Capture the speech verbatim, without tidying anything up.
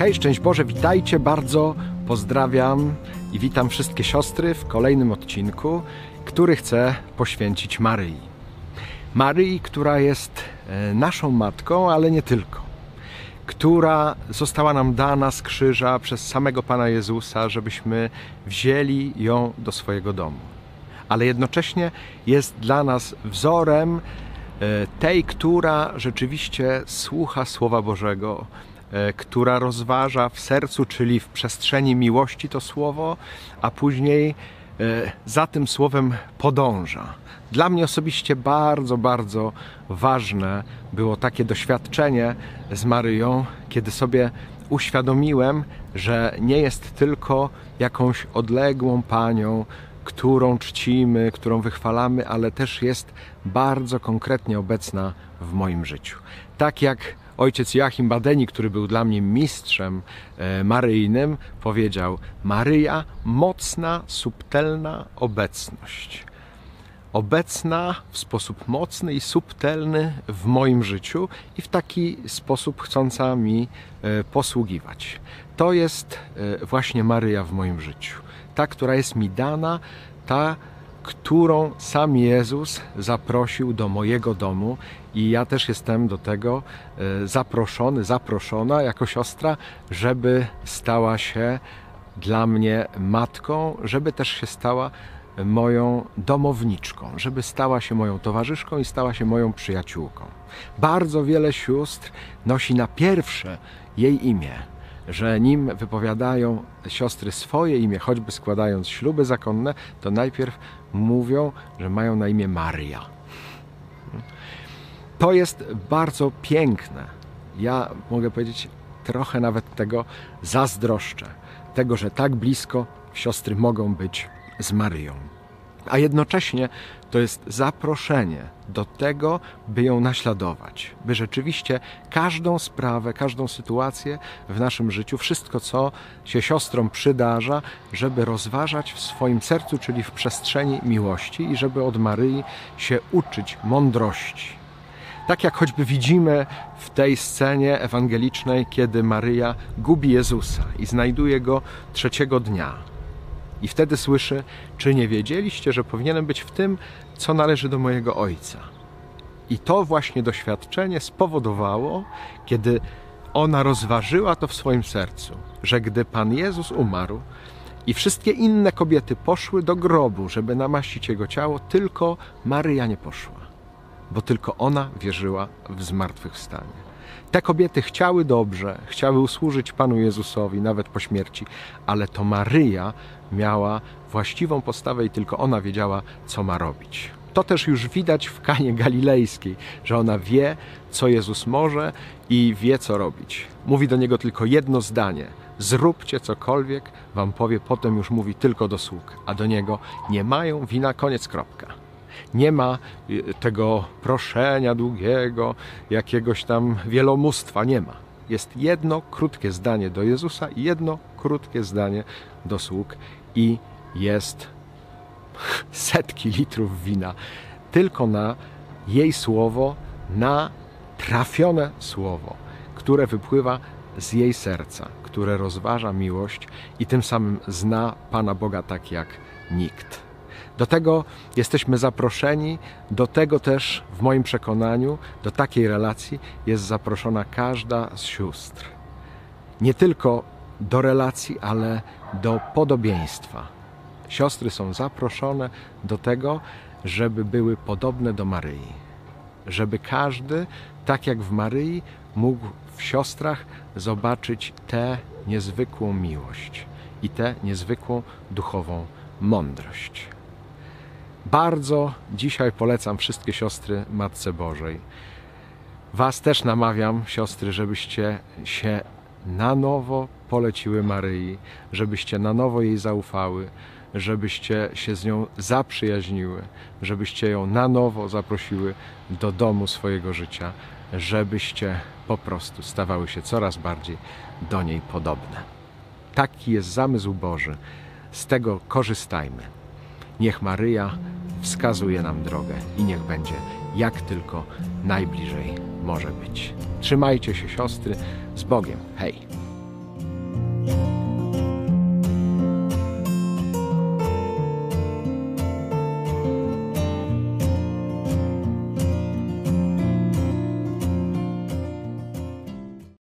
Hej, szczęść Boże, witajcie, bardzo pozdrawiam i witam wszystkie siostry w kolejnym odcinku, który chcę poświęcić Maryi. Maryi, która jest naszą matką, ale nie tylko. Która została nam dana z krzyża przez samego Pana Jezusa, żebyśmy wzięli ją do swojego domu. Ale jednocześnie jest dla nas wzorem tej, która rzeczywiście słucha Słowa Bożego, która rozważa w sercu, czyli w przestrzeni miłości to Słowo, a później za tym Słowem podąża. Dla mnie osobiście bardzo, bardzo ważne było takie doświadczenie z Maryją, kiedy sobie uświadomiłem, że nie jest tylko jakąś odległą Panią, którą czcimy, którą wychwalamy, ale też jest bardzo konkretnie obecna w moim życiu. Tak jak ojciec Joachim Badeni, który był dla mnie mistrzem e, maryjnym, powiedział: Maryja, mocna, subtelna obecność. Obecna w sposób mocny i subtelny w moim życiu i w taki sposób chcąca mi e, posługiwać. To jest e, właśnie Maryja w moim życiu. Ta, która jest mi dana, ta, którą sam Jezus zaprosił do mojego domu i ja też jestem do tego zaproszony, zaproszona jako siostra, żeby stała się dla mnie matką, żeby też się stała moją domowniczką, żeby stała się moją towarzyszką i stała się moją przyjaciółką. Bardzo wiele sióstr nosi na pierwsze jej imię, że nim wypowiadają siostry swoje imię, choćby składając śluby zakonne, to najpierw mówią, że mają na imię Maryja. To jest bardzo piękne. Ja mogę powiedzieć, trochę nawet tego zazdroszczę. Tego, że tak blisko siostry mogą być z Maryją. A jednocześnie to jest zaproszenie do tego, by ją naśladować. By rzeczywiście każdą sprawę, każdą sytuację w naszym życiu, wszystko co się siostrom przydarza, żeby rozważać w swoim sercu, czyli w przestrzeni miłości i żeby od Maryi się uczyć mądrości. Tak jak choćby widzimy w tej scenie ewangelicznej, kiedy Maryja gubi Jezusa i znajduje Go trzeciego dnia. I wtedy słyszy: czy nie wiedzieliście, że powinienem być w tym, co należy do mojego Ojca? I to właśnie doświadczenie spowodowało, kiedy ona rozważyła to w swoim sercu, że gdy Pan Jezus umarł i wszystkie inne kobiety poszły do grobu, żeby namaścić Jego ciało, tylko Maryja nie poszła, bo tylko ona wierzyła w zmartwychwstanie. Te kobiety chciały dobrze, chciały usłużyć Panu Jezusowi nawet po śmierci, ale to Maryja miała właściwą postawę i tylko ona wiedziała, co ma robić. To też już widać w Kanie Galilejskiej, że ona wie, co Jezus może i wie, co robić. Mówi do Niego tylko jedno zdanie: zróbcie cokolwiek wam powie, potem już mówi tylko do sług, a do Niego: nie mają wina, koniec, kropka. Nie ma tego proszenia długiego, jakiegoś tam wielomóstwa, nie ma. Jest jedno krótkie zdanie do Jezusa i jedno krótkie zdanie do sług i jest setki litrów wina. Tylko na jej słowo, na trafione słowo, które wypływa z jej serca, które rozważa miłość i tym samym zna Pana Boga tak jak nikt. Do tego jesteśmy zaproszeni, do tego też w moim przekonaniu, do takiej relacji jest zaproszona każda z sióstr. Nie tylko do relacji, ale do podobieństwa. Siostry są zaproszone do tego, żeby były podobne do Maryi. Żeby każdy, tak jak w Maryi, mógł w siostrach zobaczyć tę niezwykłą miłość i tę niezwykłą duchową mądrość. Bardzo dzisiaj polecam wszystkie siostry Matce Bożej. Was też namawiam, siostry, żebyście się na nowo poleciły Maryi, żebyście na nowo jej zaufały, żebyście się z nią zaprzyjaźniły, żebyście ją na nowo zaprosiły do domu swojego życia, żebyście po prostu stawały się coraz bardziej do niej podobne. Taki jest zamysł Boży. Z tego korzystajmy. Niech Maryja wskazuje nam drogę i niech będzie jak tylko najbliżej może być. Trzymajcie się, siostry, z Bogiem. Hej!